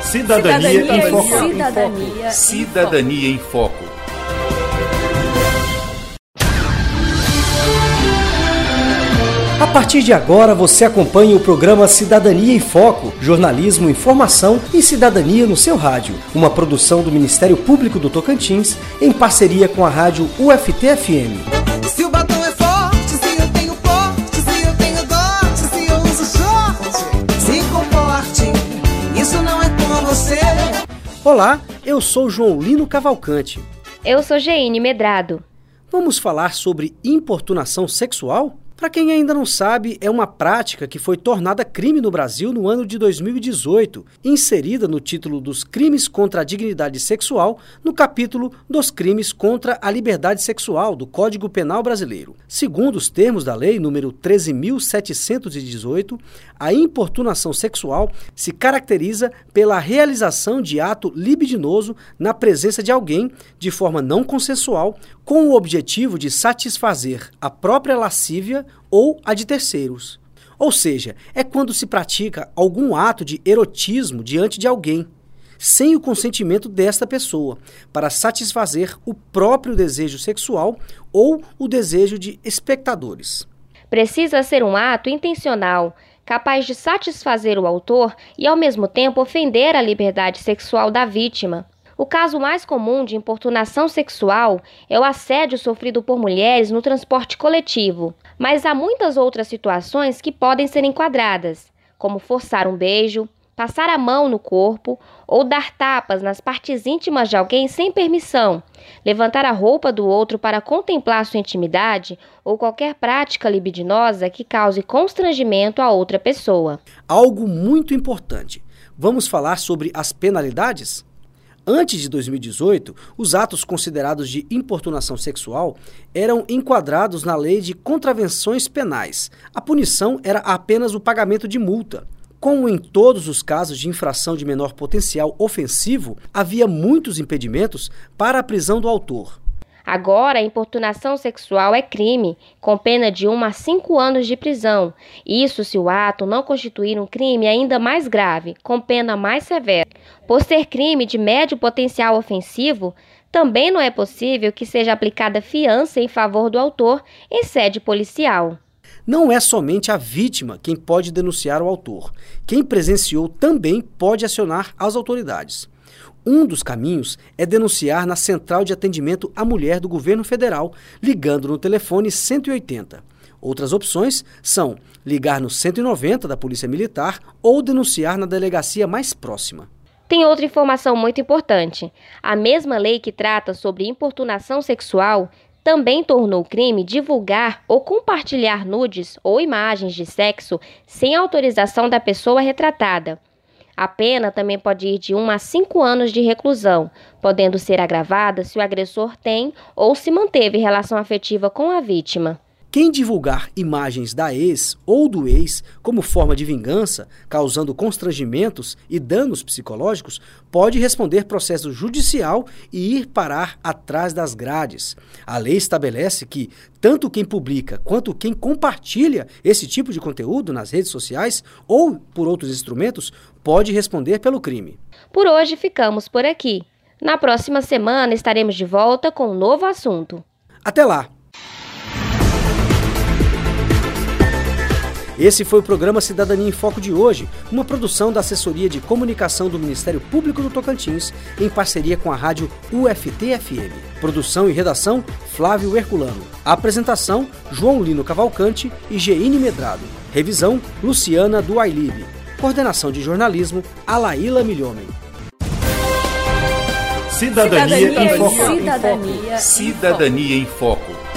Cidadania em Foco. Cidadania em Foco. A partir de agora você acompanha o programa Cidadania em Foco, jornalismo, informação e cidadania no seu rádio. Uma produção do Ministério Público do Tocantins em parceria com a rádio UFT-FM. Se o batom é forte, se eu tenho porte, se eu tenho dote, se eu uso short, se comporte, isso não é com você. Olá, eu sou João Lino Cavalcante. Eu sou Geine Medrado. Vamos falar sobre importunação sexual? Para quem ainda não sabe, é uma prática que foi tornada crime no Brasil no ano de 2018, inserida no título dos crimes contra a dignidade sexual, no capítulo dos crimes contra a liberdade sexual do Código Penal Brasileiro. Segundo os termos da lei número 13.718, a importunação sexual se caracteriza pela realização de ato libidinoso na presença de alguém, de forma não consensual, com o objetivo de satisfazer a própria lascívia ou a de terceiros. Ou seja, é quando se pratica algum ato de erotismo diante de alguém, sem o consentimento desta pessoa, para satisfazer o próprio desejo sexual ou o desejo de espectadores. Precisa ser um ato intencional, capaz de satisfazer o autor e, ao mesmo tempo, ofender a liberdade sexual da vítima. O caso mais comum de importunação sexual é o assédio sofrido por mulheres no transporte coletivo, mas há muitas outras situações que podem ser enquadradas, como forçar um beijo, passar a mão no corpo ou dar tapas nas partes íntimas de alguém sem permissão, levantar a roupa do outro para contemplar sua intimidade ou qualquer prática libidinosa que cause constrangimento a outra pessoa. Algo muito importante. Vamos falar sobre as penalidades? Antes de 2018, os atos considerados de importunação sexual eram enquadrados na lei de contravenções penais. A punição era apenas o pagamento de multa. Como em todos os casos de infração de menor potencial ofensivo, havia muitos impedimentos para a prisão do autor. Agora, a importunação sexual é crime, com pena de 1 a 5 anos de prisão. Isso se o ato não constituir um crime ainda mais grave, com pena mais severa. Por ser crime de médio potencial ofensivo, também não é possível que seja aplicada fiança em favor do autor em sede policial. Não é somente a vítima quem pode denunciar o autor. Quem presenciou também pode acionar as autoridades. Um dos caminhos é denunciar na Central de Atendimento à Mulher do Governo Federal, ligando no telefone 180. Outras opções são ligar no 190 da Polícia Militar ou denunciar na delegacia mais próxima. Tem outra informação muito importante. A mesma lei que trata sobre importunação sexual também tornou crime divulgar ou compartilhar nudes ou imagens de sexo sem autorização da pessoa retratada. A pena também pode ir de 1 a 5 anos de reclusão, podendo ser agravada se o agressor tem ou se manteve relação afetiva com a vítima. Quem divulgar imagens da ex ou do ex como forma de vingança, causando constrangimentos e danos psicológicos, pode responder processo judicial e ir parar atrás das grades. A lei estabelece que tanto quem publica quanto quem compartilha esse tipo de conteúdo nas redes sociais ou por outros instrumentos pode responder pelo crime. Por hoje ficamos por aqui. Na próxima semana estaremos de volta com um novo assunto. Até lá! Esse foi o programa Cidadania em Foco de hoje, uma produção da Assessoria de Comunicação do Ministério Público do Tocantins, em parceria com a rádio UFT-FM. Produção e redação, Flávio Herculano. Apresentação, João Lino Cavalcante e Geine Medrado. Revisão, Luciana Duailib. Coordenação de jornalismo, Alaíla Milhomem. Cidadania em Foco. Cidadania em Foco.